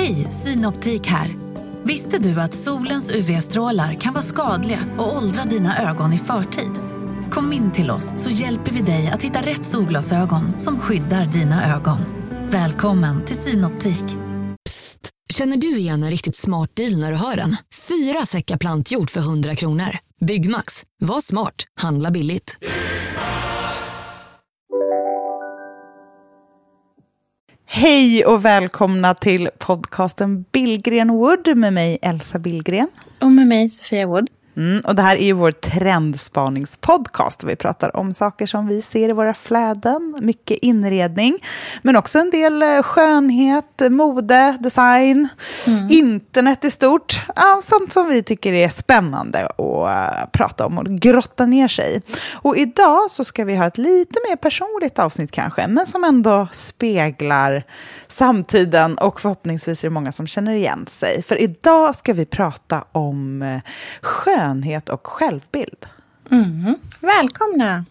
Hej, Synoptik här. Visste du att solens UV-strålar kan vara skadliga och åldra dina ögon i förtid? Kom in till oss så hjälper vi dig att hitta rätt solglasögon som skyddar dina ögon. Välkommen till Synoptik. Psst, känner du igen en riktigt smart deal när du hör den? 4 säckar plantjord för 100 kronor. Byggmax, var smart, handla billigt. Hej och välkomna till podcasten Billgren Wood med mig Elsa Billgren. Och med mig Sofia Wood. Och det här är ju vår trendspaningspodcast. Vi pratar om saker som vi ser i våra flöden. Mycket inredning. Men också en del skönhet, mode, design. Internet i stort. Ja, sånt som vi tycker är spännande att prata om och grotta ner sig. Och idag så ska vi ha ett lite mer personligt avsnitt kanske. Men som ändå speglar samtiden. Och förhoppningsvis är det många som känner igen sig. För idag ska vi prata om skönhet och självbild. Välkomna!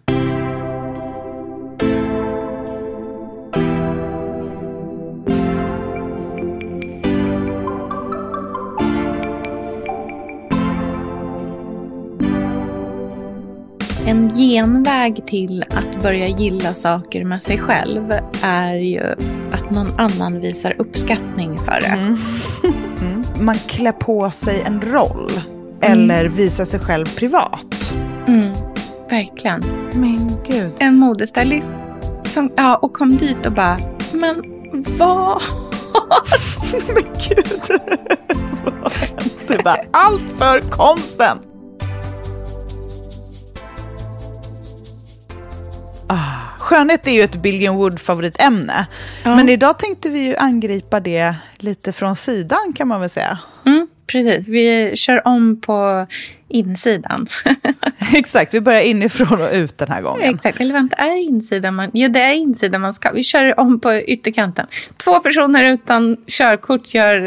En genväg till att börja gilla saker med sig själv är ju att någon annan visar uppskattning för det. Man klär på sig en roll. Eller visar sig själv privat. Verkligen. Men gud. En modestylist som och kom dit och bara, men vad? Men gud. Det är bara allt för konsten. Skönhet är ju ett Billgren Wood favoritämne. Men idag tänkte vi ju angripa det lite från sidan kan man väl säga. Precis, vi kör om på insidan. Exakt, vi börjar inifrån och ut den här gången. Exakt, eller vänta, är det insidan man... Jo, det är insidan man ska. Vi kör om på ytterkanten. 2 personer utan körkort gör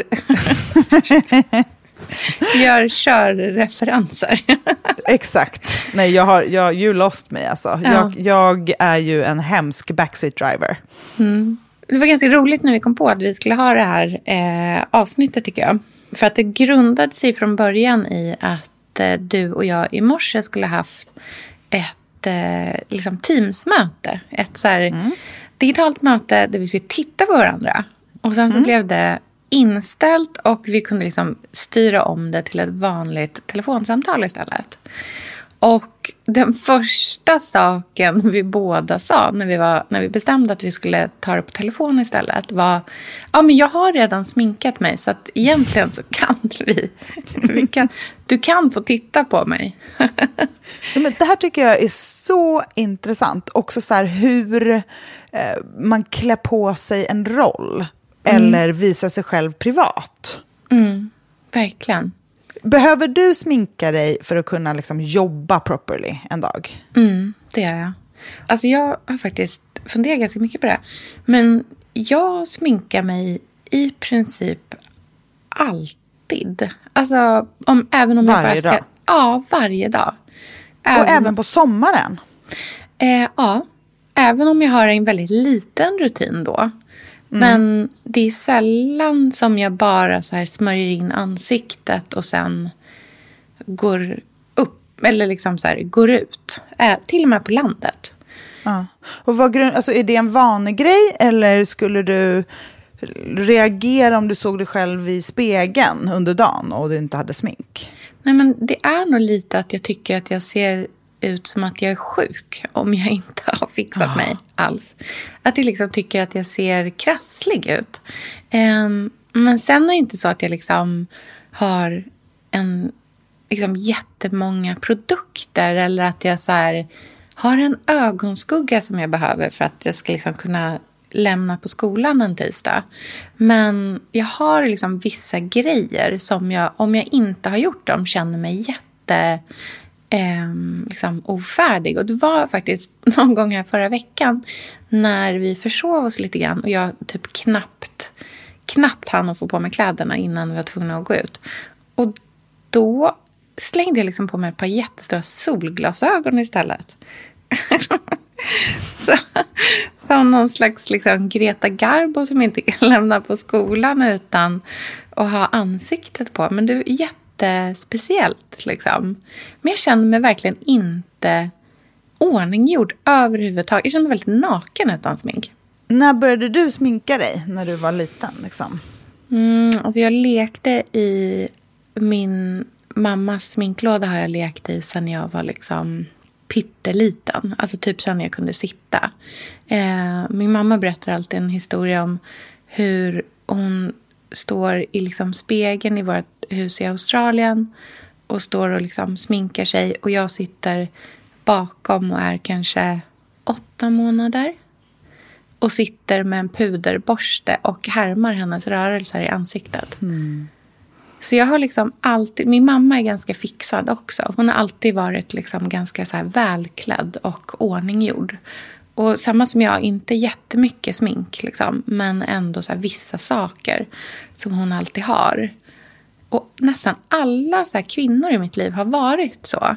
körreferenser. Exakt. Nej, jag you lost me alltså. Ja. Jag är ju en hemsk backseat driver. Det var ganska roligt när vi kom på att vi skulle ha det här avsnittet tycker jag. För att det grundade sig från början i att du och jag i morse skulle haft ett Teams-möte. Ett så här digitalt möte där vi skulle titta på varandra. Och sen så blev det inställt och vi kunde styra om det till ett vanligt telefonsamtal istället. Och den första saken vi båda sa när vi bestämde att vi skulle ta det på telefon istället var, men jag har redan sminkat mig så att egentligen så kan du kan få titta på mig. Men det här tycker jag är så intressant. Också så här hur man klär på sig en roll eller visar sig själv privat. Verkligen. Behöver du sminka dig för att kunna jobba properly en dag? Det gör jag. Alltså jag har faktiskt funderat ganska mycket på det. Men jag sminkar mig i princip alltid. Alltså även om varje jag bara ska... dag? Ja, varje dag. Och även på sommaren? Ja, även om jag har en väldigt liten rutin då. Men det är sällan som jag bara så här smörjer in ansiktet och sen går upp eller så här, går ut. Till och med på landet. Ja. Och är det en vanegrej eller skulle du reagera om du såg dig själv i spegeln under dagen och du inte hade smink? Nej, men det är nog lite att jag tycker att jag ser ut som att jag är sjuk om jag inte har fixat mig alls. Att jag tycker att jag ser krasslig ut. Men sen är det inte så att jag har en jättemånga produkter eller att jag så här, har en ögonskugga som jag behöver för att jag ska kunna lämna på skolan en tisdag. Men jag har vissa grejer som jag, om jag inte har gjort dem, känner mig ofärdig. Och det var faktiskt någon gång här förra veckan när vi försov oss lite grann och jag typ knappt hann att få på mig kläderna innan vi var tvungna att gå ut. Och då slängde jag på mig ett par jättestora solglasögon istället. Som någon slags liksom Greta Garbo som inte kan lämna på skolan utan att ha ansiktet på. Men det är jättespeciellt liksom. Men jag känner mig verkligen inte ordninggjord överhuvudtaget. Jag känner mig väldigt naken utan smink. När började du sminka dig när du var liten liksom? Alltså jag lekte i min mammas sminklåda har jag lekt i sedan jag var liksom pytteliten. Alltså typ sedan jag kunde sitta. Min mamma berättar alltid en historia om hur hon står i liksom spegeln i vårt hus i Australien och står och liksom sminkar sig och jag sitter bakom och är kanske 8 månader och sitter med en puderborste och härmar hennes rörelser i ansiktet. Så jag har liksom alltid... Min mamma är ganska fixad också. Hon har alltid varit liksom ganska så här välklädd och ordninggjord. Och samma som jag, inte jättemycket smink liksom, men ändå så här vissa saker som hon alltid har. Och nästan alla så här kvinnor i mitt liv har varit så.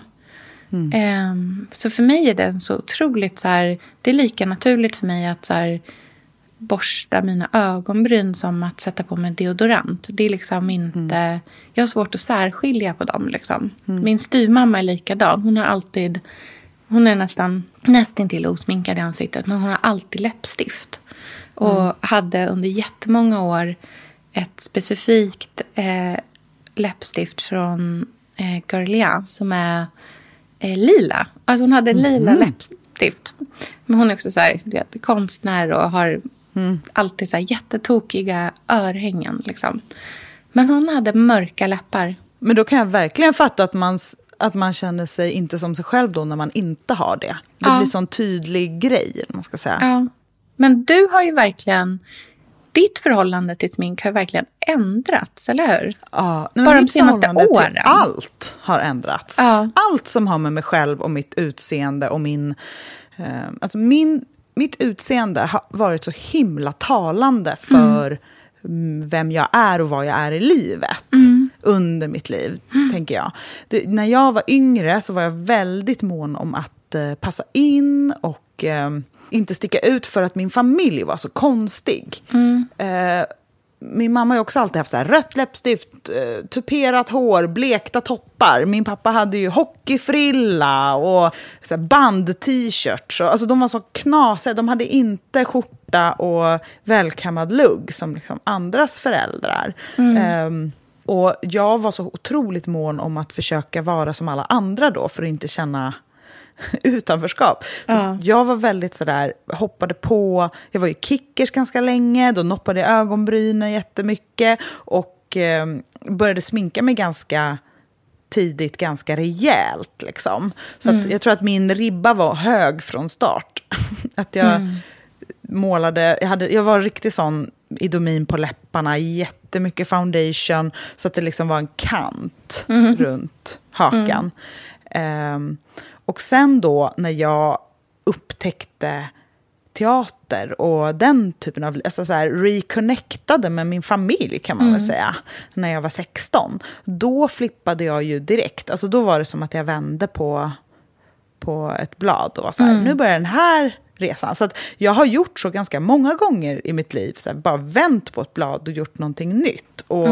Så för mig är det så otroligt så här... Det är lika naturligt för mig att så här... borsta mina ögonbryn som att sätta på mig deodorant. Det är liksom inte... Jag har svårt att särskilja på dem liksom. Min styvmamma är likadan. Hon har alltid... Hon är nästan till osminkad i ansiktet. Men hon har alltid läppstift. Och hade under jättemånga år ett specifikt läppstift från Guerlain som är lila. Alltså hon hade lila läppstift. Men hon är också så här, konstnär och har alltid så här jättetokiga örhängen liksom. Men hon hade mörka läppar. Men då kan jag verkligen fatta att man känner sig inte som sig själv då när man inte har det. Det blir sån tydlig grej, man ska säga. Ja. Men du har ju verkligen... Ditt förhållande till smink har verkligen ändrats, eller hur? Ja. Bara de senaste åren. Allt har ändrats. Ja. Allt som har med mig själv och mitt utseende och mitt utseende har varit så himla talande för vem jag är och vad jag är i livet under mitt liv, tänker jag. När jag var yngre så var jag väldigt mån om att passa in och inte sticka ut för att min familj var så konstig. Min mamma har ju också alltid haft så här rött läppstift, tuperat hår, blekta toppar. Min pappa hade ju hockeyfrilla och så här band-t-shirts. Alltså de var så knasiga. De hade inte skjorta och välkammad lugg som liksom andras föräldrar. Och jag var så otroligt mån om att försöka vara som alla andra då för att inte känna utanförskap. Så jag var väldigt sådär, hoppade på, jag var ju kickers ganska länge, då noppade jag ögonbrynen jättemycket och började sminka mig ganska tidigt, ganska rejält liksom. Så att jag tror att min ribba var hög från start. Att jag målade, jag var riktigt sån idomin på läpparna, jättemycket foundation så att det liksom var en kant runt hakan. Och sen då när jag upptäckte teater och den typen av, alltså så här, reconnectade med min familj kan man väl säga, när jag var 16. Då flippade jag ju direkt. Alltså då var det som att jag vände på ett blad och var så här, nu börjar den här resan. Så att jag har gjort så ganska många gånger i mitt liv, så här, bara vänt på ett blad och gjort någonting nytt. Och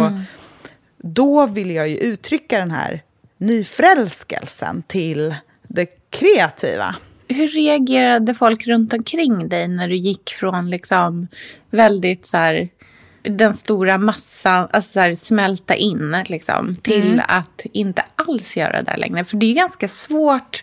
då vill jag ju uttrycka den här nyförälskelsen till det kreativa. Hur reagerade folk runt omkring dig när du gick från liksom väldigt så här, den stora massan, alltså så här, smälta in liksom, till att inte alls göra det där längre? För det är ju ganska svårt,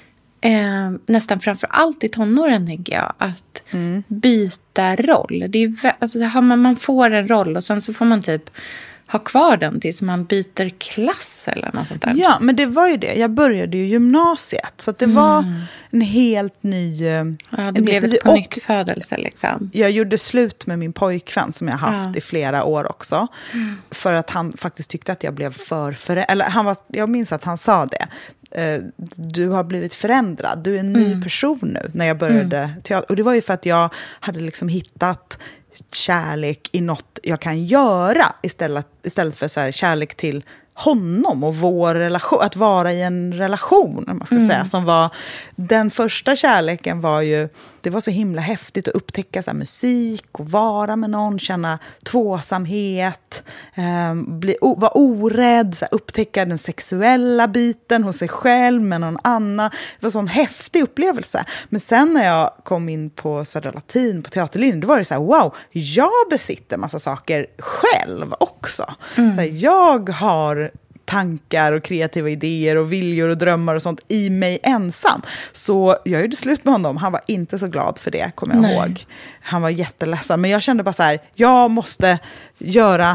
nästan framför allt i tonåren tänker jag, att byta roll. Det är alltså, man får en roll och sen så får man typ ha kvar den tills man byter klass eller något sånt där. Ja, men det var ju det. Jag började ju gymnasiet. Så att det var en helt ny... Ja, det blev ett pånyttfödelse liksom. Jag gjorde slut med min pojkvän som jag haft i flera år också. För att han faktiskt tyckte att jag blev jag minns att han sa det. Du har blivit förändrad. Du är en ny person nu när jag började teater. Och det var ju för att jag hade liksom hittat kärlek i något jag kan göra istället för så här, kärlek till honom och vår relation, att vara i en relation, om man ska säga, som var, den första kärleken var ju, det var så himla häftigt att upptäcka så här, musik och vara med någon, känna tvåsamhet, vara orädd, så här, upptäcka den sexuella biten hos sig själv med någon annan. Det var en sån häftig upplevelse. Men sen när jag kom in på Södra Latin, på teaterlinjen, då var det så här, wow, jag besitter massa saker själv också. Så här, jag har tankar och kreativa idéer och viljor och drömmar och sånt i mig ensam. Så jag gjorde slut med honom. Han var inte så glad för det, kommer jag ihåg. Han var jätteledsen. Men jag kände bara så här, jag måste göra...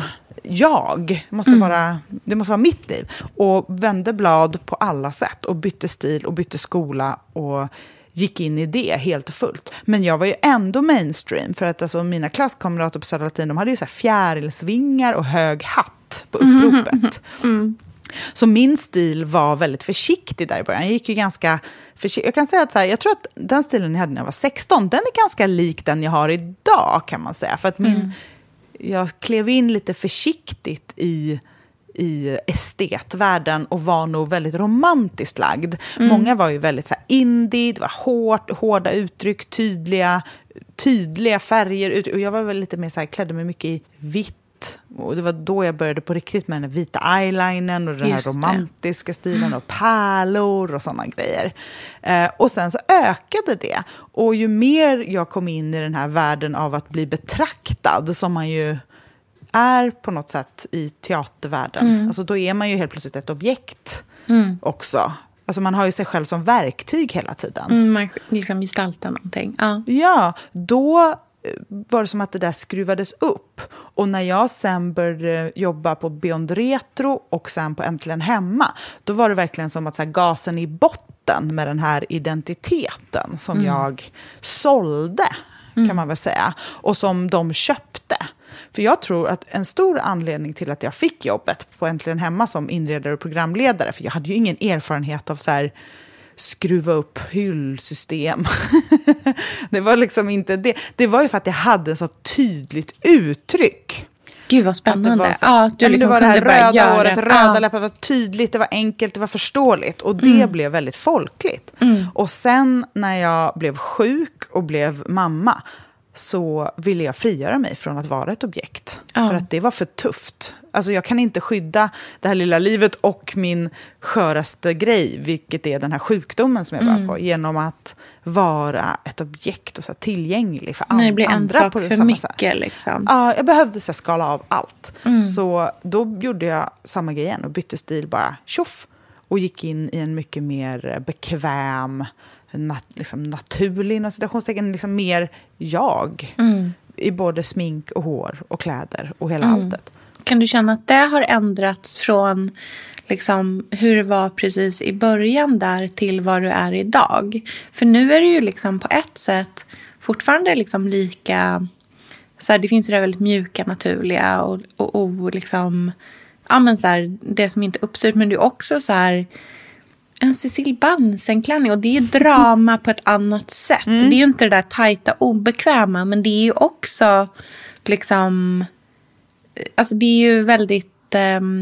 det måste vara mitt liv. Och vände blad på alla sätt. Och bytte stil och bytte skola och gick in i det helt och fullt. Men jag var ju ändå mainstream. För att alltså, mina klasskamrater på Södra Latin, de hade ju så här fjärilsvingar och hög hatt på uppropet. Så min stil var väldigt försiktig där i början. Jag gick ju ganska försiktig. Jag kan säga att så här, jag tror att den stilen jag hade när jag var 16, den är ganska lik den jag har idag, kan man säga. För att jag klev in lite försiktigt i estetvärlden och var nog väldigt romantiskt lagd. Många var ju väldigt så här indie, det var hårda uttryck, tydliga färger. Och jag var väl lite mer så här, klädde mig mycket i vitt. Och det var då jag började på riktigt med den vita eyelinern och den här romantiska stilen och pärlor och sådana grejer. Och sen så ökade det. Och ju mer jag kom in i den här världen av att bli betraktad, som man ju är på något sätt i teatervärlden. Alltså då är man ju helt plötsligt ett objekt också. Alltså man har ju sig själv som verktyg hela tiden. Man liksom gestaltar någonting. Ja, då var det som att det där skruvades upp. Och när jag sen började jobba på Beyond Retro och sen på Äntligen Hemma, då var det verkligen som att så här, gasen i botten med den här identiteten som jag sålde, kan man väl säga. Och som de köpte. För jag tror att en stor anledning till att jag fick jobbet på Äntligen Hemma som inredare och programledare, för jag hade ju ingen erfarenhet av så här skruva upp hyllsystem. Det var liksom inte det. Det var ju för att jag hade ett så tydligt uttryck. Gud vad spännande. Det var det här röda håret, röda läppar, det var tydligt, det var enkelt, det var förståeligt. Och det blev väldigt folkligt. Och sen när jag blev sjuk och blev mamma, så ville jag frigöra mig från att vara ett objekt. För att det var för tufft. Alltså jag kan inte skydda det här lilla livet och min sköraste grej, vilket är den här sjukdomen som jag var på, genom att vara ett objekt och så tillgänglig för andra. Nej, det blir en sak för mycket liksom. Ja, jag behövde så skala av allt. Så då gjorde jag samma grej igen och bytte stil bara tjoff. Och gick in i en mycket mer bekväm, liksom naturlig, liksom mer jag. I både smink och hår och kläder och hela alltet. Kan du känna att det har ändrats från liksom, hur det var precis i början där till vad du är idag? För nu är det ju liksom på ett sätt fortfarande liksom lika... Så här, det finns ju det väldigt mjuka, naturliga och liksom... Ja, men så här, det som inte är uppstyrt, men det är också så här... En Cecil Bansen-klänning, och det är ju drama på ett annat sätt. Det är ju inte det där tajta, obekväma, men det är ju också liksom... Alltså det är ju väldigt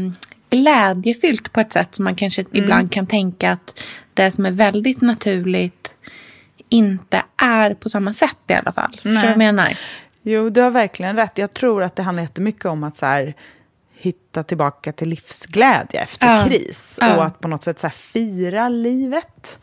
glädjefyllt på ett sätt som man kanske ibland kan tänka att det som är väldigt naturligt inte är på samma sätt i alla fall. Förstår du vad jag menar? Jo, du har verkligen rätt. Jag tror att det handlar jättemycket om att så här, hitta tillbaka till livsglädje efter kris. Och att på något sätt så här, fira livet.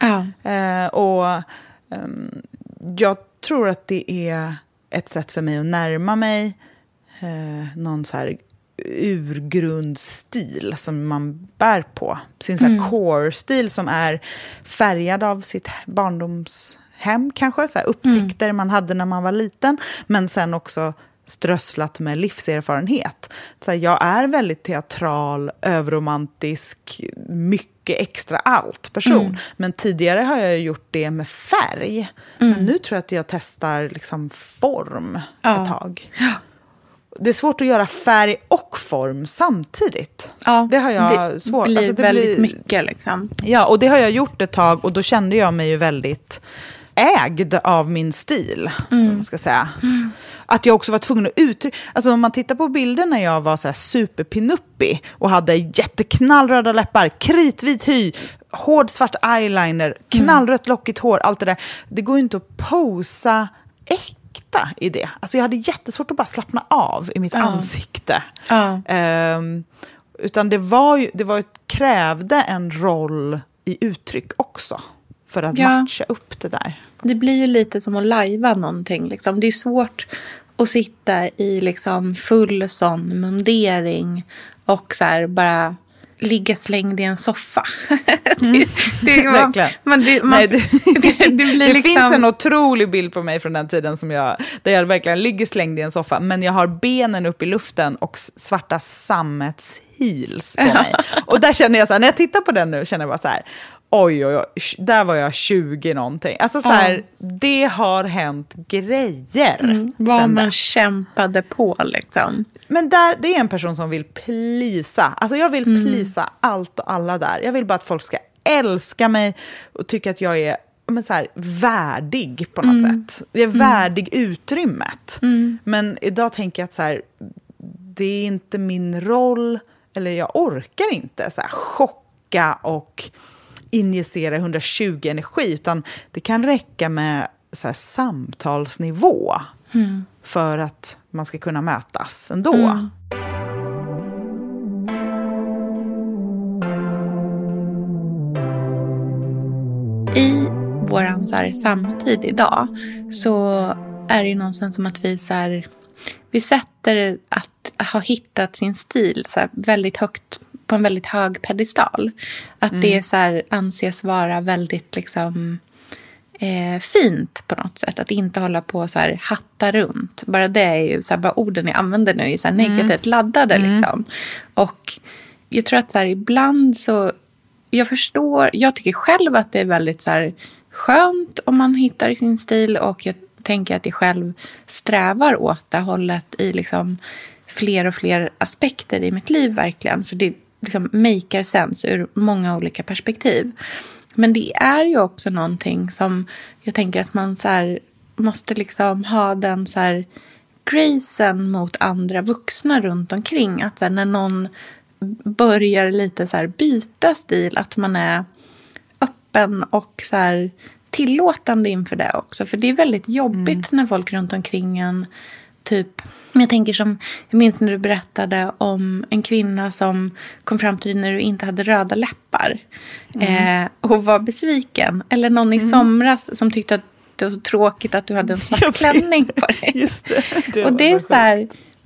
Jag tror att det är ett sätt för mig att närma mig någon så här urgrundstil som man bär på. Sin så här core-stil som är färgad av sitt barndomshem kanske. Så här upptäckter man hade när man var liten. Men sen också strösslat med livserfarenhet. Så här, jag är väldigt teatral, överromantisk, mycket extra allt person. Men tidigare har jag gjort det med färg. Men nu tror jag att jag testar liksom form ett tag. Det är svårt att göra färg och form samtidigt. Det har jag svårt. Det blir väldigt mycket liksom. Ja, och det har jag gjort ett tag och då kände jag mig ju väldigt ägd av min stil, ska säga. att jag också var tvungen att uttrycka... Alltså om man tittar på bilder när jag var så här superpinuppig och hade jätteknallröda läppar, kritvit hy, hård svart eyeliner, knallrött lockigt hår, allt det där. Det går ju inte att posa äkta i det. Alltså jag hade jättesvårt att bara slappna av i mitt ansikte. Utan det krävde en roll i uttryck också för att matcha upp det där. Det blir ju lite som att lajva någonting. Liksom. Det är svårt att sitta i liksom full sån mundering och så här bara ligga slängd i en soffa. Det finns en otrolig bild på mig från den tiden där jag verkligen ligger slängd i en soffa, men jag har benen upp i luften och svarta sammetsheels på mig. Och där känner jag så här, när jag tittar på den nu känner jag bara så här, oj, där var jag 20 någonting. Alltså så här, det har hänt grejer. Vad man kämpade på liksom. Men det är en person som vill plisa. Alltså jag vill plisa allt och alla där. Jag vill bara att folk ska älska mig och tycka att jag är så här, värdig på något sätt. Jag är värdig utrymmet. Men idag tänker jag att så här, det är inte min roll, eller jag orkar inte så här, chocka och injicera 120 energi, utan det kan räcka med så här, samtalsnivå för att man ska kunna mötas ändå. I våran så här, samtid idag så är det ju någonstans som att vi sätter att ha hittat sin stil så här, väldigt högt på en väldigt hög pedestal. Att det så här, anses vara väldigt liksom fint på något sätt. Att inte hålla på så här hatta runt. Bara det är ju så här, bara orden jag använder nu är så här negativt laddade liksom. Och jag tror att så här, ibland så jag tycker själv att det är väldigt så här, skönt om man hittar sin stil, och jag tänker att jag själv strävar åt det hållet i liksom fler och fler aspekter i mitt liv verkligen. För det liksom maker sense ur många olika perspektiv. Men det är ju också någonting som jag tänker att man så här måste liksom ha den så här gracen mot andra vuxna runt omkring. Att så här, när någon börjar lite så här byta stil, att man är öppen och så här tillåtande inför det också. För det är väldigt jobbigt när folk runt omkring en typ... Men jag minns när du berättade om en kvinna som kom fram till dig när du inte hade röda läppar. Och var besviken. Eller någon i somras som tyckte att det var så tråkigt att du hade en svart klänning på dig. Just det. Och det är så här,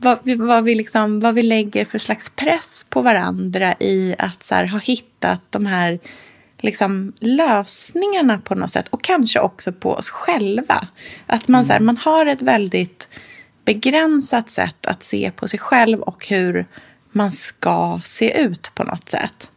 vad vi lägger för slags press på varandra i att så här, ha hittat de här liksom lösningarna på något sätt. Och kanske också på oss själva. Att man, så här, man har ett väldigt begränsat sätt att se på sig själv och hur man ska se ut på något sätt.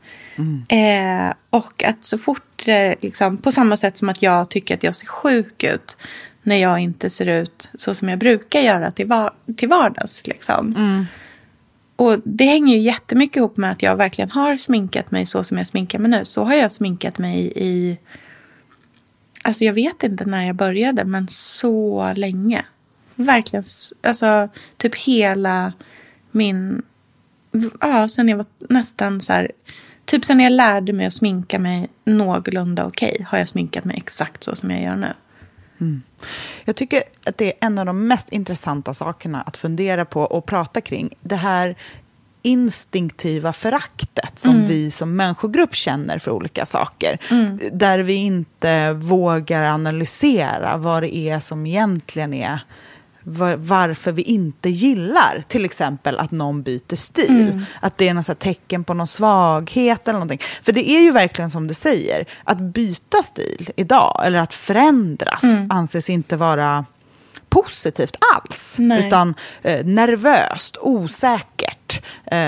Och att så fort liksom, på samma sätt som att jag tycker att jag ser sjuk ut när jag inte ser ut så som jag brukar göra till vardags liksom. Och det hänger ju jättemycket ihop med att jag verkligen har sminkat mig så som jag sminkar mig nu. Så har jag sminkat mig i, alltså jag vet inte när jag började, men så länge. Verkligen, alltså typ hela min, sen jag var nästan så här, typ sen jag lärde mig att sminka mig någorlunda okej, har jag sminkat mig exakt så som jag gör nu. Jag tycker att det är en av de mest intressanta sakerna att fundera på och prata kring. Det här instinktiva föraktet som vi som människogrupp känner för olika saker. Där vi inte vågar analysera vad det är som egentligen är, varför vi inte gillar till exempel att någon byter stil. Att det är något så här tecken på någon svaghet eller någonting. För det är ju verkligen som du säger, att byta stil idag eller att förändras anses inte vara positivt alls. Nej. Utan nervöst, osäkert.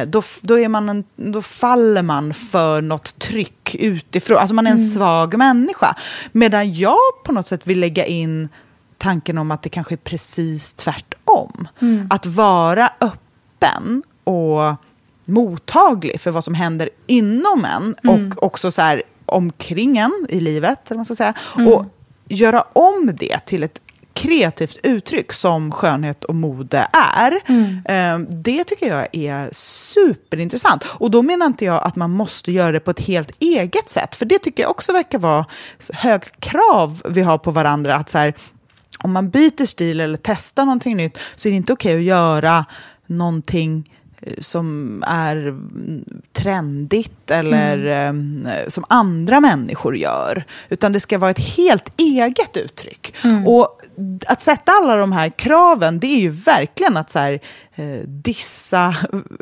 Då faller man för något tryck utifrån. Alltså man är en svag människa. Medan jag på något sätt vill lägga in tanken om att det kanske är precis tvärtom. Att vara öppen och mottaglig för vad som händer inom en och också så här omkring en i livet, eller man ska säga. Och göra om det till ett kreativt uttryck som skönhet och mode är. Det tycker jag är superintressant. Och då menar inte jag att man måste göra det på ett helt eget sätt. För det tycker jag också verkar vara hög krav vi har på varandra. Att så här, om man byter stil eller testar någonting nytt så är det inte okej att göra någonting som är trendigt eller som andra människor gör. Utan det ska vara ett helt eget uttryck. Och att sätta alla de här kraven, det är ju verkligen att så här, dissa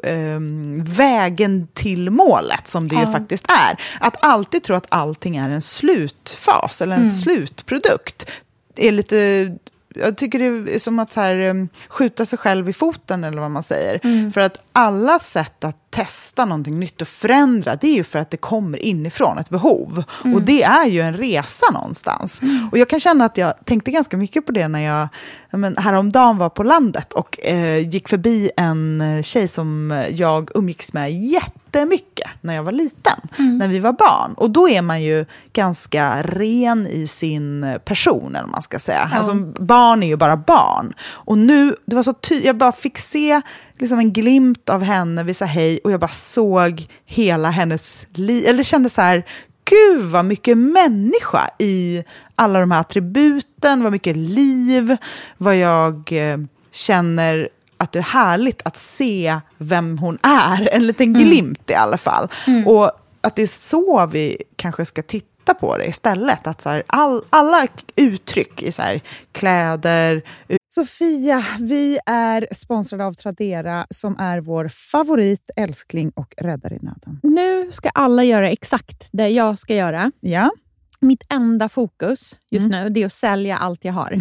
vägen till målet som det ju faktiskt är. Att alltid tro att allting är en slutfas eller en slutprodukt är lite... Jag tycker det är som att så här, skjuta sig själv i foten eller vad man säger. För att alla sätt att testa någonting nytt och förändra, det är ju för att det kommer inifrån ett behov. Och det är ju en resa någonstans. Och jag kan känna att jag tänkte ganska mycket på det när jag häromdagen var på landet och gick förbi en tjej som jag umgicks med jättemycket när jag var liten, när vi var barn. Och då är man ju ganska ren i sin person, eller man ska säga. Alltså, barn är ju bara barn. Och nu, det var så jag bara fick se liksom en glimt av henne, vi sa hej, och jag bara såg hela hennes liv, eller kände så här, gud vad mycket människa i alla de här attributen, vad mycket liv, vad jag känner att det är härligt att se vem hon är, en liten glimt i alla fall. Och att det är så vi kanske ska titta på det istället, att så här, alla uttryck i så här, kläder. Sofia, vi är sponsrade av Tradera som är vår favorit, älskling och räddare i nöden. Nu ska alla göra exakt det jag ska göra. Ja. Mitt enda fokus just nu, det är att sälja allt jag har.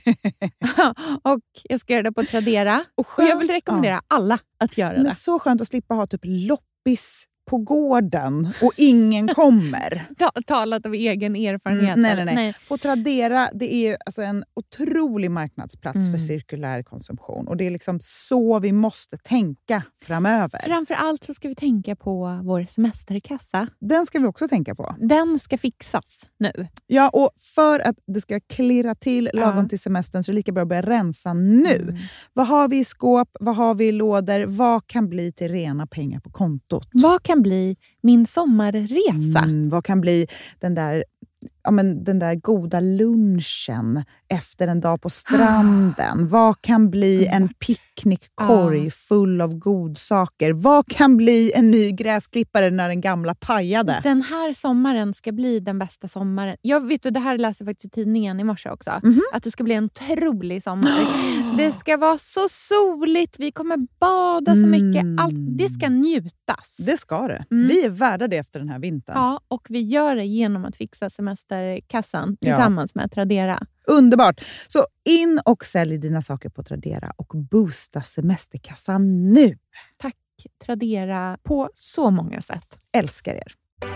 Och jag ska göra det på Tradera. Och jag vill rekommendera alla att göra det. Men så skönt att slippa ha typ loppis på gården och ingen kommer. Talat av egen erfarenhet. Nej. På Tradera, det är alltså en otrolig marknadsplats för cirkulär konsumtion. Och det är liksom så vi måste tänka framöver. Framförallt så ska vi tänka på vår semesterkassa. Den ska vi också tänka på. Den ska fixas nu. Ja, och för att det ska klirra till lagom till semestern så är det lika bra att börja rensa nu. Vad har vi i skåp? Vad har vi i lådor? Vad kan bli till rena pengar på kontot? Vad kan bli min sommarresa? Vad kan bli den där goda lunchen efter en dag på stranden? Vad kan bli en picknickkorg full av godsaker? Vad kan bli en ny gräsklippare när den gamla pajade? Den här sommaren ska bli den bästa sommaren. Jag vet, det här läser jag faktiskt i tidningen i morse också. Att det ska bli en otrolig sommar. Det ska vara så soligt. Vi kommer bada så mycket. Allt, det ska njutas. Det ska det. Vi är värda det efter den här vintern. Ja, och vi gör det genom att fixa semesterkassan tillsammans med Tradera. Underbart! Så in och sälj dina saker på Tradera och boosta semesterkassan nu. Tack Tradera på så många sätt. Älskar er.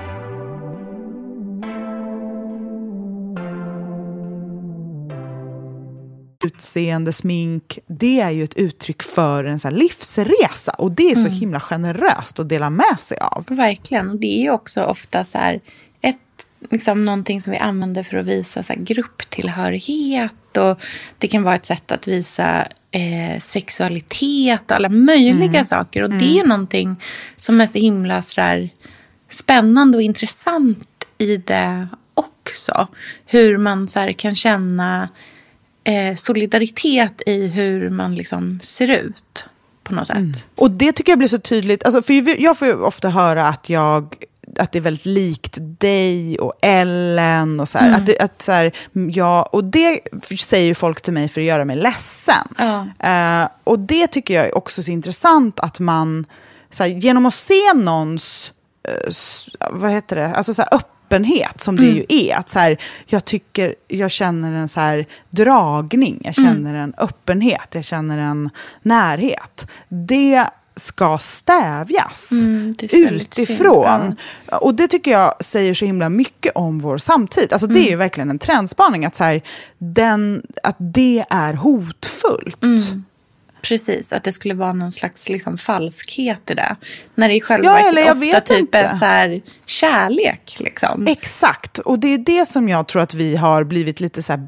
Utseende, smink, det är ju ett uttryck för en så här livsresa. Och det är så himla generöst att dela med sig av. Verkligen. Och det är ju också ofta så här liksom någonting som vi använder för att visa så här grupptillhörighet, och det kan vara ett sätt att visa sexualitet och alla möjliga saker, och det är ju någonting som är så himla så där spännande och intressant i det också, hur man så här kan känna solidaritet i hur man liksom ser ut på något sätt. Och det tycker jag blir så tydligt, alltså, för jag får ju ofta höra att det är väldigt likt dig och Ellen och så här, att så här, och det säger ju folk till mig för att göra mig ledsen. Och det tycker jag är också så intressant, att man så här, genom att se någons alltså så här, öppenhet som det ju är, att så här, jag känner en så här dragning, jag känner en öppenhet, jag känner en närhet. Det ska stävjas utifrån. Och det tycker jag säger så himla mycket om vår samtid. Alltså det är ju verkligen en trendspaning, att så här, att det är hotfullt. Precis, att det skulle vara någon slags liksom falskhet i det. När det i själva verket ofta typ är så här kärlek. Liksom. Exakt, och det är det som jag tror att vi har blivit lite så här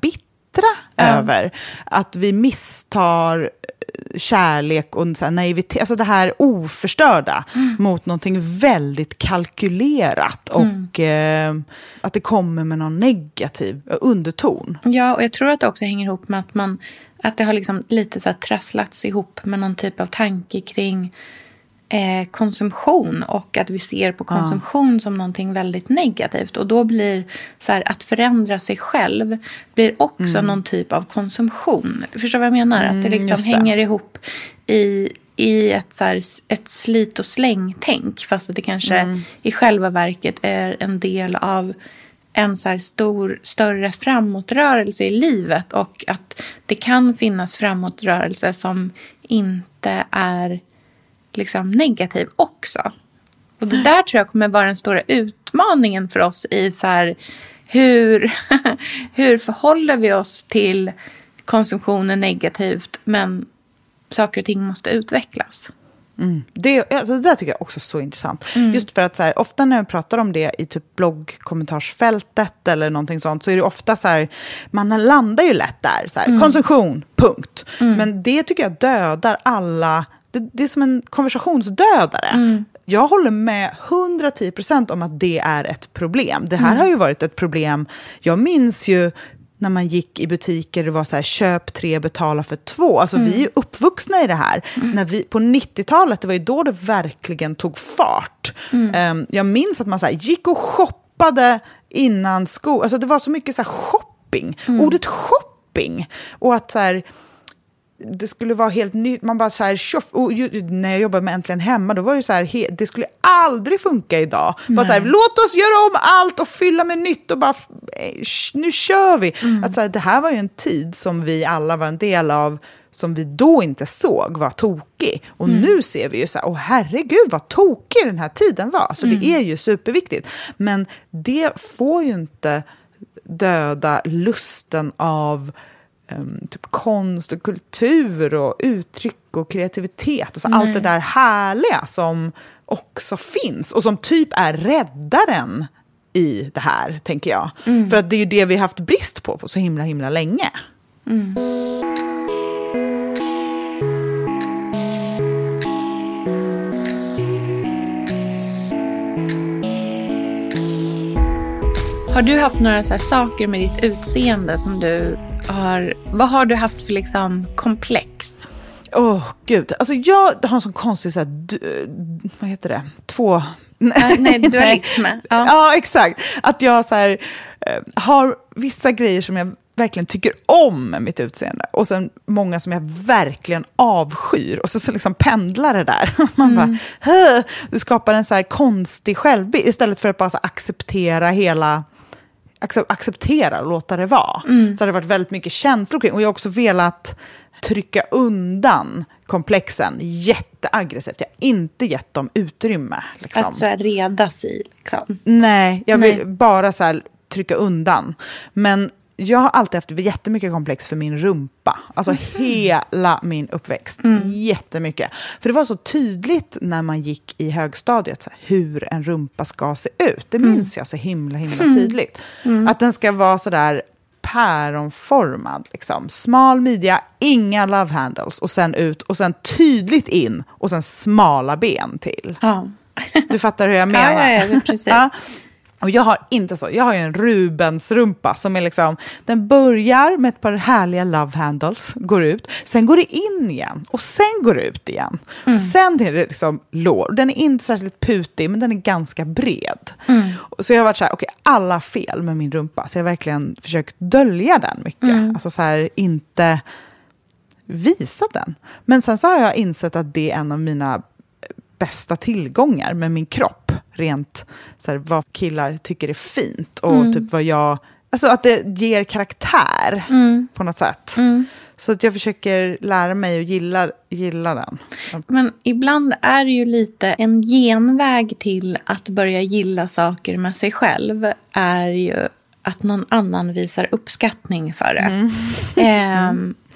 över. Att vi misstar kärlek och så här naivitet, alltså det här oförstörda mot någonting väldigt kalkylerat och att det kommer med någon negativ underton. Ja, och jag tror att det också hänger ihop med att det har liksom lite så här trasslats ihop med någon typ av tanke kring konsumtion och att vi ser på konsumtion som någonting väldigt negativt, och då blir så här, att förändra sig själv blir också någon typ av konsumtion. Förstår vad jag menar? Att det liksom hänger ihop i ett, så här, ett slit- och släng-tänk, fast att det kanske i själva verket är en del av en så här större framåtrörelse i livet, och att det kan finnas framåtrörelse som inte är liksom negativ också. Och det där tror jag kommer vara den stora utmaningen för oss i så här, hur förhåller vi oss till konsumtionen negativt, men saker och ting måste utvecklas. Det där tycker jag också är så intressant. Just för att så här, ofta när jag pratar om det i typ bloggkommentarsfältet eller någonting sånt, så är det ofta så här, man landar ju lätt där så här, konsumtion, punkt. Men det tycker jag dödar alla. Det är som en konversationsdödare. Jag håller med 110% om att det är ett problem. Det här har ju varit ett problem. Jag minns ju när man gick i butiker, det var så här, köp 3, betala för 2. Alltså vi är ju uppvuxna i det här. När vi, på 90-talet, det var ju då det verkligen tog fart. Jag minns att man så här, gick och shoppade innan skolan. Alltså det var så mycket så här, shopping. Ordet shopping. Och att så här, det skulle vara helt nytt. Man bara så här, och när jag jobbade med Äntligen Hemma, då var det så här, det skulle aldrig funka idag. Bara så här, låt oss göra om allt och fylla med nytt och bara, nu kör vi. Att så här, det här var ju en tid som vi alla var en del av, som vi då inte såg var tokig. Och nu ser vi ju så här, herregud vad tokig den här tiden var. Så det är ju superviktigt. Men det får ju inte döda lusten av typ konst och kultur och uttryck och kreativitet. Alltså allt det där härliga som också finns och som typ är räddaren i det här, tänker jag. För att det är ju det vi har haft brist på så himla länge. Har du haft några så här saker med ditt utseende som du har... Vad har du haft för liksom komplex? Gud. Alltså jag har en sån konstig så här, vad heter det? Nej, dualism. Ja, exakt. Att jag så här, har vissa grejer som jag verkligen tycker om med mitt utseende. Och sen många som jag verkligen avskyr. Och så liksom pendlar det där. Man bara, det skapar en så här konstig självbild. Istället för att bara så acceptera och låta det vara. Så har det varit väldigt mycket känslor kring. Och jag har också velat trycka undan komplexen jätteaggressivt. Jag har inte gett dem utrymme. Liksom. Att så här reda sig. Liksom. Nej, jag vill bara så här trycka undan. Men jag har alltid haft jättemycket komplex för min rumpa. Alltså hela min uppväxt. Jättemycket. För det var så tydligt när man gick i högstadiet så här, hur en rumpa ska se ut. Det minns jag så himla tydligt. Att den ska vara så där päronformad. Liksom. Smal midja, inga love handles. Och sen ut och sen tydligt in. Och sen smala ben till. Du fattar hur jag menar? Ja, precis. Ja. Och jag har inte så. Jag har ju en Rubens rumpa som är liksom, den börjar med ett par härliga love handles, går ut, sen går det in igen och sen går det ut igen. Och sen är det liksom lår. Den är inte särskilt putig, men den är ganska bred. Så jag har varit så här, okej, alla fel med min rumpa. Så jag har verkligen försökt dölja den mycket. Alltså så här, inte visa den. Men sen så har jag insett att det är en av mina bästa tillgångar med min kropp. Rent så här, vad killar tycker är fint. Och typ vad jag... Alltså att det ger karaktär på något sätt. Så att jag försöker lära mig och gilla den. Men ibland är det ju lite en genväg till att börja gilla saker med sig själv. Är ju att någon annan visar uppskattning för det.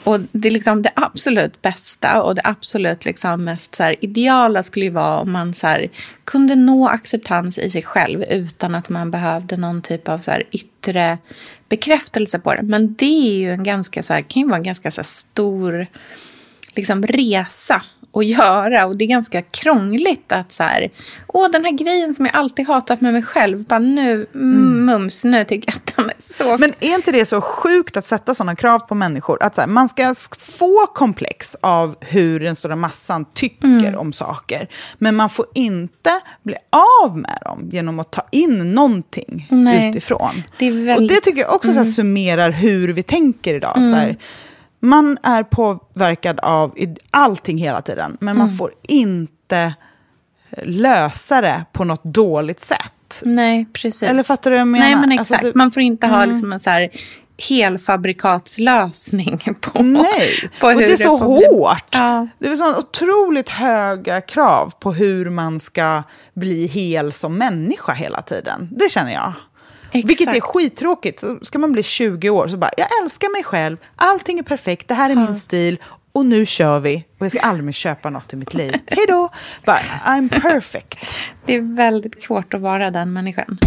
Och det är liksom det absolut bästa och det absolut liksom mest så här ideala skulle ju vara om man så här kunde nå acceptans i sig själv utan att man behövde någon typ av så här yttre bekräftelse på det. Men det är ju en ganska så här, kan ju vara en ganska så här stor liksom resa att göra, och det är ganska krångligt att så här, den här grejen som jag alltid hatat med mig själv, bara nu mums, nu tycker jag att den är så. Men är inte det så sjukt att sätta sådana krav på människor, att så här, man ska få komplex av hur den stora massan tycker om saker, men man får inte bli av med dem genom att ta in någonting utifrån. Det är väldigt... Och det tycker jag också så här summerar hur vi tänker idag, så här, man är påverkad av allting hela tiden, men man får inte lösa det på något dåligt sätt. Nej, precis. Eller fattar du vad jag menar? Nej, men exakt. Alltså, man får inte ha liksom en så här helfabrikatslösning på, nej, på hur och det är så hårt. Ja. Det är så otroligt höga krav på hur man ska bli hel som människa hela tiden. Det känner jag. Exakt. Vilket är skittråkigt. Så ska man bli 20 år så bara, jag älskar mig själv, allting är perfekt, det här är min stil och nu kör vi. Och jag ska aldrig mer köpa något i mitt liv. Hej då! Bara, I'm perfect. Det är väldigt svårt att vara den människan.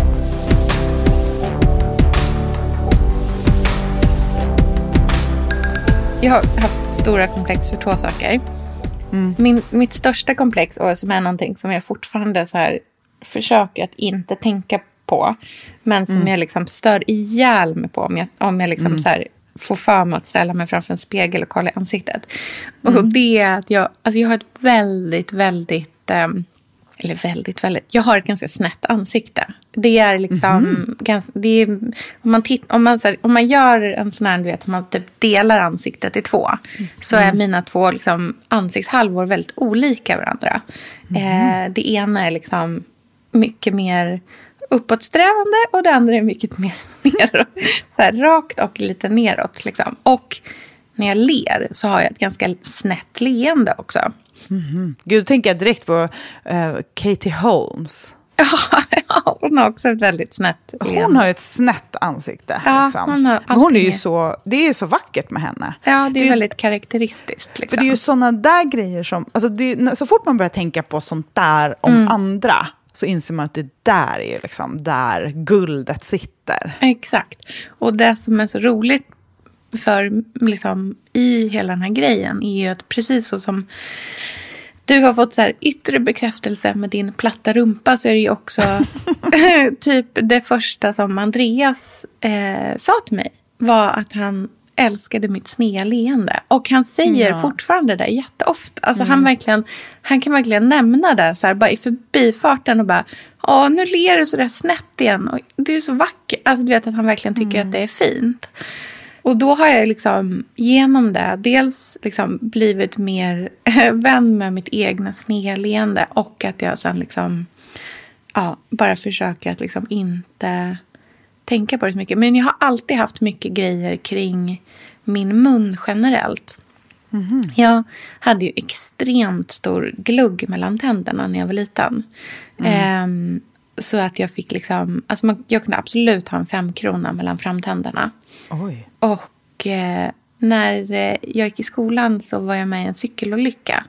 Jag har haft stora komplex för 2 saker. Mitt största komplex, och som är någonting som jag fortfarande så här försöker att inte tänka på, men som jag liksom stör ihjäl mig på om jag liksom så här får för mig att ställa mig framför en spegel och kolla i ansiktet. Och det är att jag har ett väldigt jag har ett ganska snett ansikte. Det är liksom det är, om man gör en sån här, du vet, man typ delar ansiktet i 2, så är mina 2 liksom ansiktshalvor väldigt olika varandra. Det ena är liksom mycket mer uppåtsträvande och det andra är mycket mer neråt. Så här, rakt och lite neråt liksom. Och när jag ler så har jag ett ganska snett leende också. Gud, tänker jag direkt på Katie Holmes. Ja, hon har också ett väldigt snett leende. Hon har ju ett snett ansikte. Ja, liksom. Hon är ju så, det är ju så vackert med henne. Ja, det är väldigt karaktäristiskt. Liksom. För det är ju sådana där grejer som, alltså så fort man börjar tänka på sånt där om andra, så inser man att det där är liksom där guldet sitter. Exakt. Och det som är så roligt för liksom i hela den här grejen är ju att precis så som du har fått så här yttre bekräftelse med din platta rumpa, så är det ju också typ det första som Andreas sa till mig var att han älskade mitt snea leende. Och han säger fortfarande det jätteofta. Alltså han kan verkligen nämna det så här, bara i förbifarten och bara, nu ler du så där snett igen. Och det är så vackert. Alltså du vet att han verkligen tycker att det är fint. Och då har jag liksom genom det dels liksom blivit mer vän med mitt egna snea leende, och att jag sen liksom bara försöker att liksom inte tänka på det så mycket. Men jag har alltid haft mycket grejer kring min mun generellt. Jag hade ju extremt stor glugg mellan tänderna när jag var liten. Så att jag fick liksom, alltså jag kunde absolut ha en 5-krona mellan framtänderna. Oj. Och när jag gick i skolan så var jag med i en cykelolycka.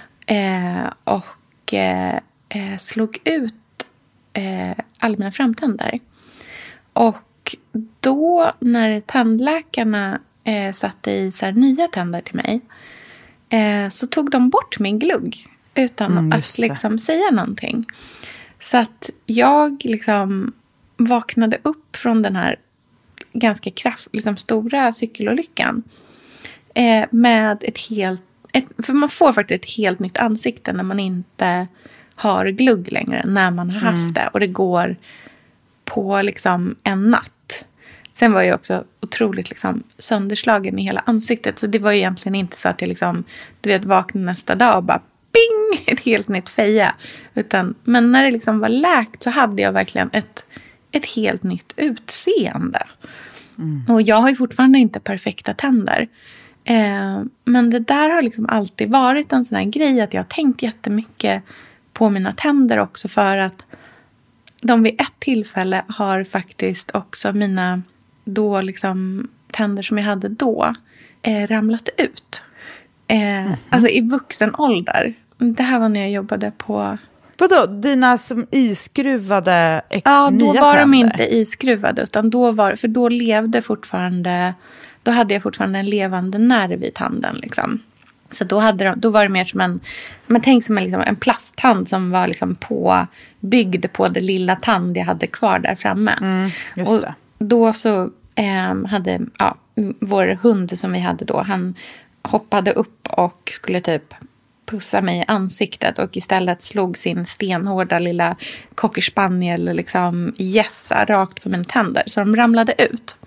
Och slog ut alla mina framtänder. Och då när tandläkarna satte i så här nya tänder till mig, så tog de bort min glugg utan att liksom säga någonting. Så att jag liksom vaknade upp från den här ganska liksom stora cykelolyckan med för man får faktiskt ett helt nytt ansikte när man inte har glugg längre, när man har haft det, och det går på liksom en natt. Sen var jag också otroligt liksom sönderslagen i hela ansiktet, så det var egentligen inte så att jag liksom, du vet, vaknade nästa dag och bara ping, ett helt nytt feja. Men när det liksom var läkt så hade jag verkligen ett helt nytt utseende. Och jag har ju fortfarande inte perfekta tänder. Men det där har liksom alltid varit en sån här grej att jag har tänkt jättemycket på mina tänder också, för att de vid ett tillfälle har faktiskt också mina då liksom tänder som jag hade då ramlat ut. Alltså i vuxen ålder. Det här var när jag jobbade på... Vadå? Dina som iskruvade Ja, då nya var tänder? de inte iskruvade. Utan då levde fortfarande... Då hade jag fortfarande en levande nerv i tanden. Liksom. Så då var det mer som en... Man tänker som en plasttand som var liksom byggd på det lilla tand jag hade kvar där framme. Just och det. då så hade vår hund som vi hade då, han hoppade upp och skulle typ pussa mig i ansiktet och istället slog sin stenhårda lilla cocker spaniel liksom gässa rakt på mina tänder så de ramlade ut.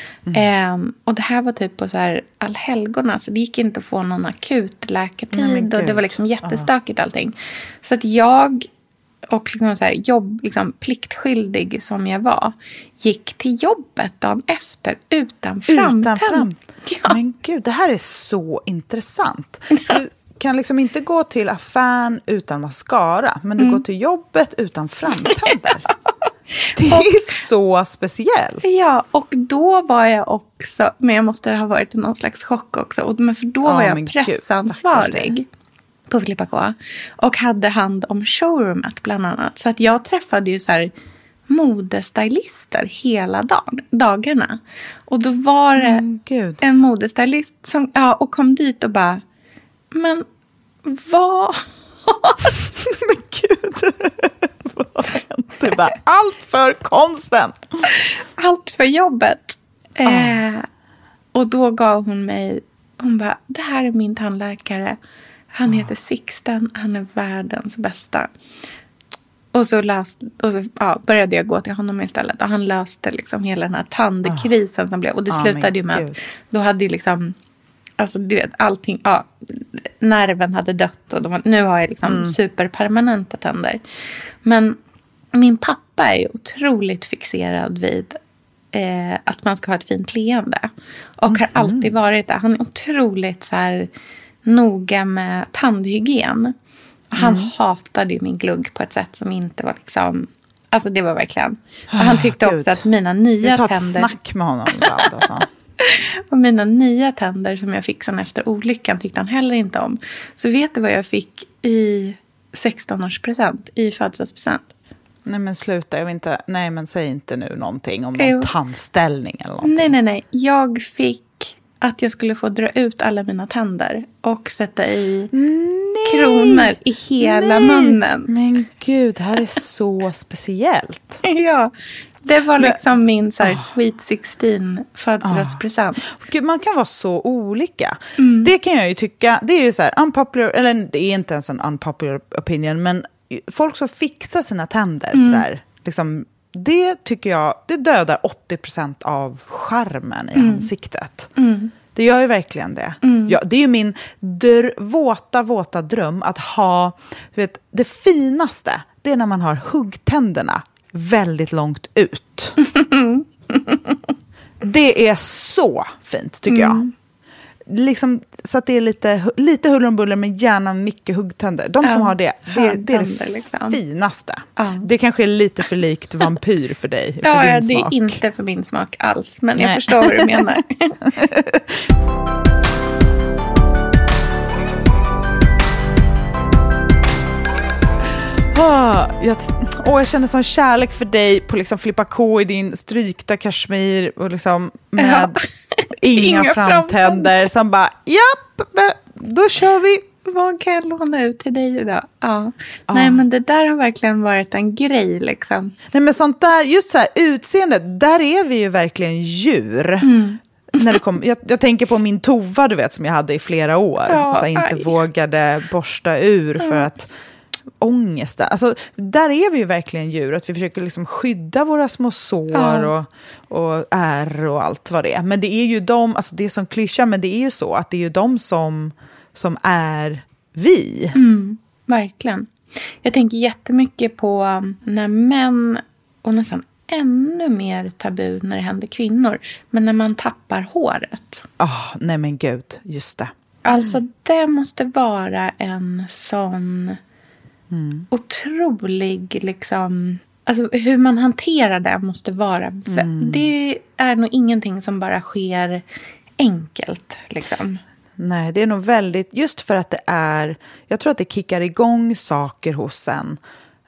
Och det här var typ på så här allhelgona, så det gick inte att få någon akut läkartid och det var liksom jättestökigt allting. Så att jag och liksom så här pliktskyldig som jag var gick till jobbet dagen efter utan framtänd. Ja. Men gud, det här är så intressant. Du kan liksom inte gå till affären utan mascara, men du går till jobbet utan framtänder. Det är så speciellt. Ja, och då var jag också... Men jag måste ha varit i någon slags chock också. Men för då var jag pressansvarig på Filippa K. Och hade hand om showroomet bland annat. Så att jag träffade ju så här modestylister hela dagarna. Och då var det en modestylist som kom dit och bara... Men vad... Men gud... Du bara, allt för konsten. Allt för jobbet. Och då gav hon mig... Hon bara, det här är min tandläkare. Han heter Sixten. Han är världens bästa. Och så började jag gå till honom istället. Och han löste liksom hela den här tandkrisen som blev. Och det slutade ju med att då hade liksom... Alltså du vet, allting... nerven hade dött. Och nu har jag liksom superpermanenta tänder. Men min pappa är ju otroligt fixerad vid att man ska ha ett fint leende. Och har alltid varit det. Han är otroligt så här noga med tandhygien. Han hatade ju min glugg på ett sätt som inte var liksom... Alltså det var verkligen... Och han tyckte också att mina nya tänder... Vi tar ett snack med honom ibland alltså. Och mina nya tänder som jag fick sen efter olyckan tyckte han heller inte om. Så vet du vad jag fick i 16-årspresent? I födelsedagspresent? Nej men sluta, jag vill inte... Nej men säg inte nu någonting om någon tandställning eller någonting. Nej. Jag fick att jag skulle få dra ut alla mina tänder och sätta i kronor i hela munnen. Men gud, det här är så speciellt. Ja, det var liksom min så här Sweet 16 födelsedagspresent. Gud, man kan vara så olika. Det kan jag ju tycka, det är ju så här unpopular, eller det är inte ens en unpopular opinion, men folk som fixar sina tänder sådär, liksom, det tycker jag, det dödar 80% av charmen i ansiktet. Det gör ju verkligen det. Ja, det är ju min våta dröm att ha, du vet, det finaste, det är när man har huggtänderna väldigt långt ut. Det är så fint tycker jag. Liksom, så att det är lite huller om buller men gärna mycket huggtänder. De som har det är det liksom finaste. Det kanske är lite för likt vampyr för dig. För det smak. är inte för min smak alls. Men jag förstår vad du menar. Jag känner sån kärlek för dig på liksom Filippa K i din strykta kashmir och liksom med inga framtänder som bara, japp, då kör vi. Vad kan jag låna ut till dig idag? Nej, men det där har verkligen varit en grej liksom. Nej, men sånt där, just så här utseendet, där är vi ju verkligen djur. När det kom, jag tänker på min tova, du vet, som jag hade i flera år. Och så inte vågade borsta ur för att ångest. Alltså, där är vi ju verkligen djur. Att vi försöker liksom skydda våra små sår och ärr och allt vad det är. Men det är ju de, alltså det är som klyscha, men det är ju så att det är ju de som är vi. Verkligen. Jag tänker jättemycket på när män, och nästan ännu mer tabu när det händer kvinnor, men när man tappar håret. Nej men gud, just det. Alltså det måste vara en sån otrolig liksom, alltså hur man hanterar det måste vara, det är nog ingenting som bara sker enkelt liksom. Nej, det är nog väldigt, just för att det är, jag tror att det kickar igång saker hos en.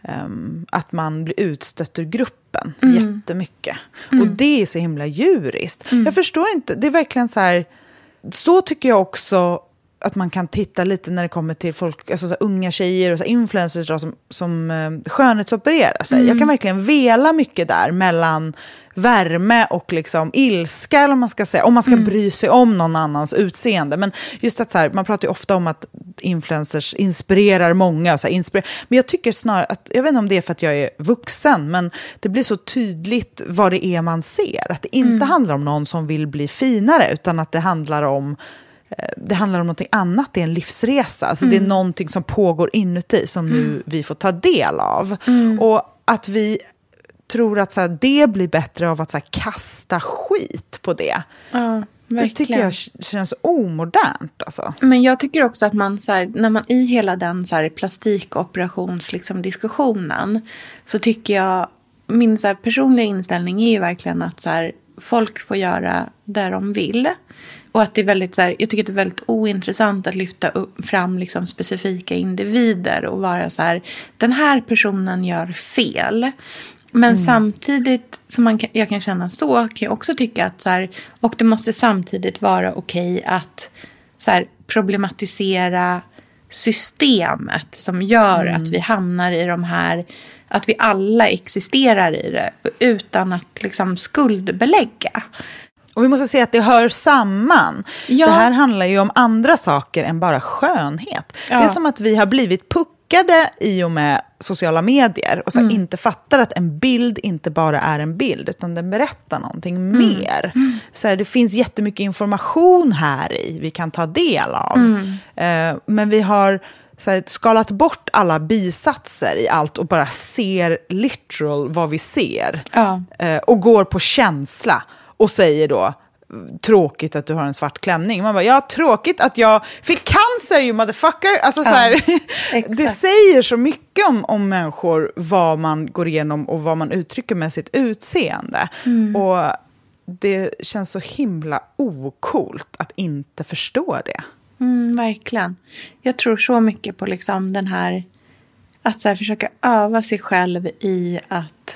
Att man blir utstött ur gruppen jättemycket. Och det är så himla djuriskt. Jag förstår inte, det är verkligen så här, så tycker jag också att man kan titta lite när det kommer till folk, alltså så här, unga tjejer och så här, influencers då, som skönhetsopererar sig. Jag kan verkligen vela mycket där mellan värme och liksom ilska, eller man ska säga, om man ska bry sig om någon annans utseende. Men just att så här, man pratar ju ofta om att influencers inspirerar många och så här, men jag tycker snarare att, jag vet inte om det är för att jag är vuxen, men det blir så tydligt vad det är man ser, att det inte handlar om någon som vill bli finare, utan att det handlar om någonting annat, det är en livsresa. Alltså det är någonting som pågår inuti som nu vi får ta del av. Och att vi tror att så här, det blir bättre av att så här, kasta skit på det. Ja, verkligen. Det tycker jag känns omodernt. Alltså. Men jag tycker också att man, så här, när man i hela den så här, plastikoperations liksom, diskussionen, så tycker jag, min så här, personliga inställning är ju verkligen att så här, folk får göra det de vill. Och att det är väldigt så här, jag tycker att det är väldigt ointressant att lyfta fram liksom specifika individer och vara så här, den här personen gör fel. Men samtidigt som jag kan känna så, kan jag också tycka att så här, och det måste samtidigt vara okej att så här, problematisera systemet som gör att vi hamnar i de här, att vi alla existerar i det utan att liksom skuldbelägga. Och vi måste se att det hör samman. Ja. Det här handlar ju om andra saker än bara skönhet. Ja. Det är som att vi har blivit puckade i och med sociala medier. Och så inte fattar att en bild inte bara är en bild, utan den berättar någonting mer. Så här, det finns jättemycket information här i vi kan ta del av. Men vi har så här, skalat bort alla bisatser i allt och bara ser literal vad vi ser. Ja. Och går på känsla. Och säger då, tråkigt att du har en svart klänning. Man bara, ja, tråkigt att jag fick cancer, you motherfucker. Alltså så här, det säger så mycket om människor, vad man går igenom och vad man uttrycker med sitt utseende. Och det känns så himla okult att inte förstå det. Verkligen. Jag tror så mycket på liksom den här, att så här, försöka öva sig själv i att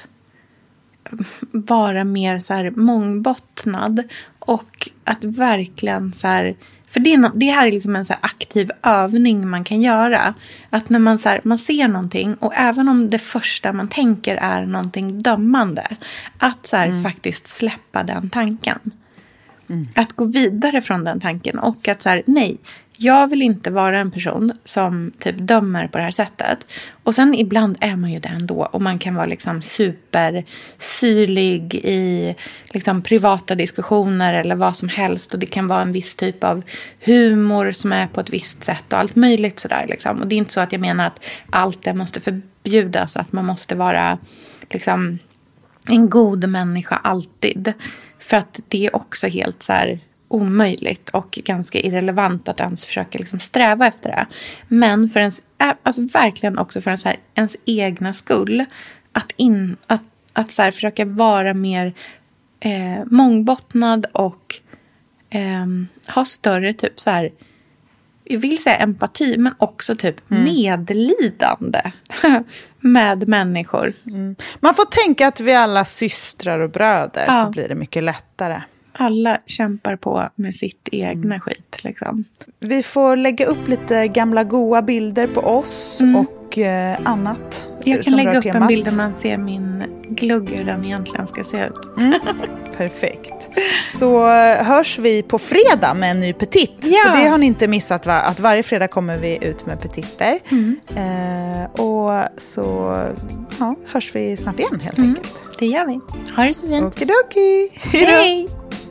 vara mer så här mångbottnad, och att verkligen så här, för det här är liksom en så här aktiv övning man kan göra, att när man så här, man ser någonting, och även om det första man tänker är någonting dömande, att så här, faktiskt släppa den tanken, att gå vidare från den tanken, och att så här, nej, jag vill inte vara en person som typ dömer på det här sättet. Och sen ibland är man ju det ändå. Och man kan vara liksom supersyrlig i liksom privata diskussioner eller vad som helst. Och det kan vara en viss typ av humor som är på ett visst sätt och allt möjligt sådär liksom. Och det är inte så att jag menar att allt det måste förbjudas. Att man måste vara liksom en god människa alltid. För att det är också helt så här omöjligt och ganska irrelevant att ens försöka liksom sträva efter det. Men för ens, alltså verkligen också för ens egna skull, att så här försöka vara mer mångbottnad och ha större typ så här, jag vill säga empati, men också typ medlidande med människor. Man får tänka att vi alla systrar och bröder, så blir det mycket lättare. Alla kämpar på med sitt egna skit liksom. Vi får lägga upp lite gamla goa bilder på oss och annat. Jag kan lägga upp en bild där man ser min glugg, hur den egentligen ska se ut. Perfekt. Så hörs vi på fredag med en ny petit. Ja. För det har ni inte missat, va? Att varje fredag kommer vi ut med petiter. Och så hörs vi snart igen helt enkelt. Det gör vi. Ha det så fint. Okidoki. Hej!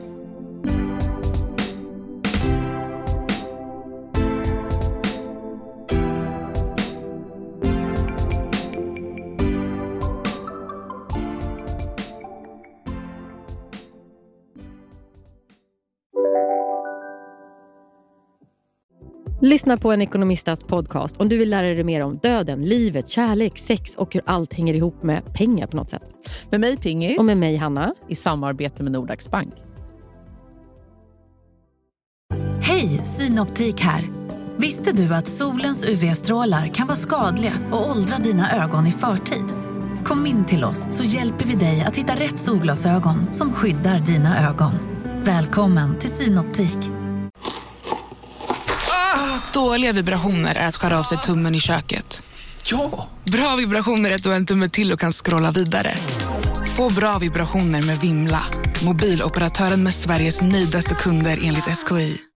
Lyssna på en ekonomistats podcast om du vill lära dig mer om döden, livet, kärlek, sex och hur allt hänger ihop med pengar på något sätt. Med mig Pingis. Och med mig Hanna. I samarbete med Nordax Bank. Synoptik här. Visste du att solens UV-strålar kan vara skadliga och åldra dina ögon i förtid? Kom in till oss så hjälper vi dig att hitta rätt solglasögon som skyddar dina ögon. Välkommen till Synoptik. Dåliga vibrationer är att skära av sig tummen i köket. Ja! Bra vibrationer är att du har en tumme till och kan scrolla vidare. Få bra vibrationer med Vimla. Mobiloperatören med Sveriges nöjdaste kunder enligt SKI.